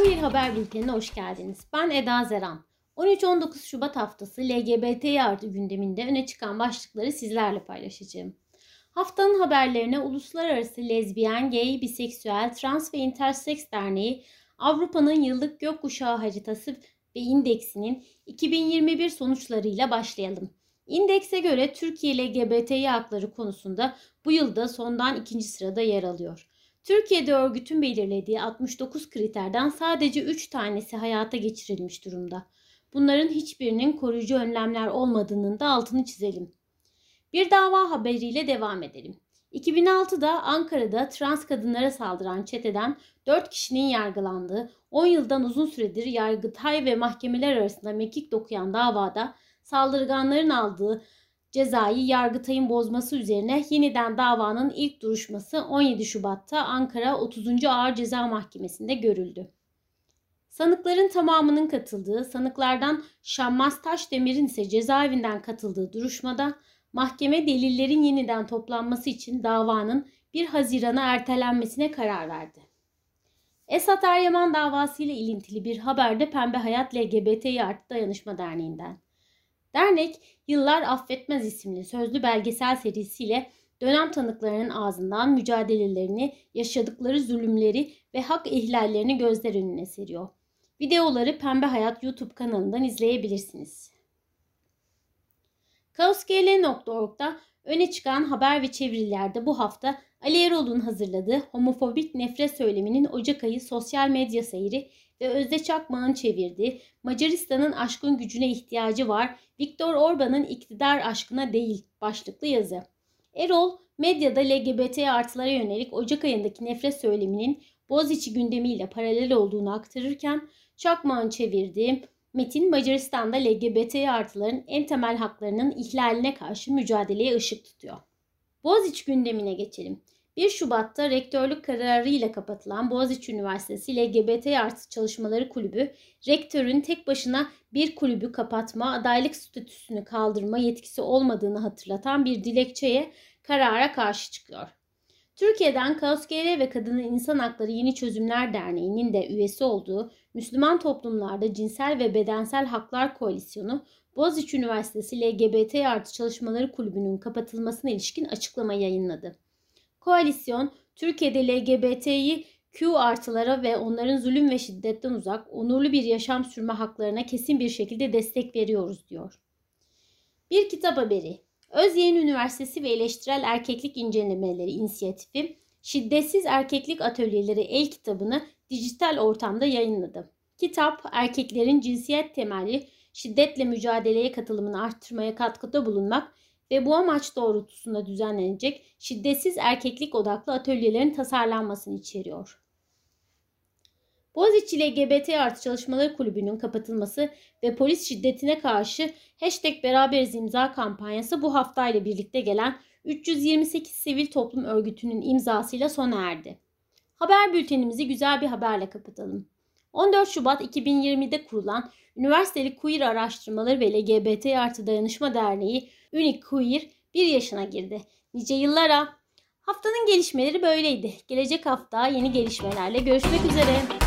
Queer Haber Bülteni'ne hoş geldiniz. Ben Eda Zeran. 13-19 Şubat haftası LGBT artı gündeminde öne çıkan başlıkları sizlerle paylaşacağım. Haftanın haberlerine Uluslararası Lezbiyen, Gay, Biseksüel, Trans ve Interseks Derneği, Avrupa'nın yıllık gökkuşağı haritası ve indeksinin 2021 sonuçlarıyla başlayalım. İndekse göre Türkiye LGBTİ hakları konusunda bu yılda sondan ikinci sırada yer alıyor. Türkiye'de örgütün belirlediği 69 kriterden sadece 3 tanesi hayata geçirilmiş durumda. Bunların hiçbirinin koruyucu önlemler olmadığının da altını çizelim. Bir dava haberiyle devam edelim. 2006'da Ankara'da trans kadınlara saldıran çeteden 4 kişinin yargılandığı, 10 yıldan uzun süredir Yargıtay ve mahkemeler arasında mekik dokuyan davada saldırganların aldığı cezayı Yargıtay'ın bozması üzerine yeniden davanın ilk duruşması 17 Şubat'ta Ankara 30. Ağır Ceza Mahkemesi'nde görüldü. Sanıkların tamamının katıldığı, sanıklardan Şammaz Taşdemir'in ise cezaevinden katıldığı duruşmada mahkeme delillerin yeniden toplanması için davanın 1 Haziran'a ertelenmesine karar verdi. Esat Eryaman davası ile ilintili bir haberde Pembe Hayat LGBTİ Artı Dayanışma Derneği'nden. Dernek, Yıllar Affetmez isimli sözlü belgesel serisiyle dönem tanıklarının ağzından mücadelelerini, yaşadıkları zulümleri ve hak ihlallerini gözler önüne seriyor. Videoları Pembe Hayat YouTube kanalından izleyebilirsiniz. kaosgl.org'da öne çıkan haber ve çevirilerde bu hafta Ali Erol'un hazırladığı homofobik nefret söyleminin Ocak ayı sosyal medya seyri ve Özde Çakmak'ın çevirdiği Macaristan'ın aşkın gücüne ihtiyacı var, Viktor Orban'ın iktidar aşkına değil başlıklı yazı. Erol, medyada LGBT artılara yönelik Ocak ayındaki nefret söyleminin Boğaziçi gündemiyle paralel olduğunu aktarırken, Çakmak'ın çevirdiği metin Macaristan'da LGBT artıların en temel haklarının ihlaline karşı mücadeleye ışık tutuyor. Boğaziçi gündemine geçelim. 1 Şubat'ta rektörlük kararıyla kapatılan Boğaziçi Üniversitesi LGBT artı çalışmaları kulübü, rektörün tek başına bir kulübü kapatma, adaylık statüsünü kaldırma yetkisi olmadığını hatırlatan bir dilekçeye karara karşı çıkıyor. Türkiye'den kaosgl ve Kadının İnsan Hakları Yeni Çözümler Derneği'nin de üyesi olduğu Müslüman Toplumlarda Cinsel ve Bedensel Haklar Koalisyonu, Boğaziçi Üniversitesi LGBT artı çalışmaları kulübünün kapatılmasına ilişkin açıklama yayınladı. Koalisyon, Türkiye'de LGBTİ Q artılara ve onların zulüm ve şiddetten uzak, onurlu bir yaşam sürme haklarına kesin bir şekilde destek veriyoruz diyor. Bir kitap haberi. Özyeğin Üniversitesi ve Eleştirel Erkeklik İncelemeleri İnisiyatifi, Şiddetsiz Erkeklik Atölyeleri el-kitabını dijital ortamda yayınladı. Kitap, erkeklerin cinsiyet temelli şiddetle mücadeleye katılımını arttırmaya katkıda bulunmak ve bu amaç doğrultusunda düzenlenecek şiddetsiz erkeklik odaklı atölyelerin tasarlanmasını içeriyor. Boğaziçi LGBT artı çalışmaları kulübünün kapatılması ve polis şiddetine karşı #beraberiz imza kampanyası bu haftayla birlikte gelen 328 sivil toplum örgütünün imzasıyla sona erdi. Haber bültenimizi güzel bir haberle kapatalım. 14 Şubat 2020'de kurulan Üniversiteli Queer Araştırmaları ve LGBT artı Dayanışma Derneği Unique Queer 1 yaşına girdi. Nice yıllara. Haftanın gelişmeleri böyleydi. Gelecek hafta yeni gelişmelerle görüşmek üzere.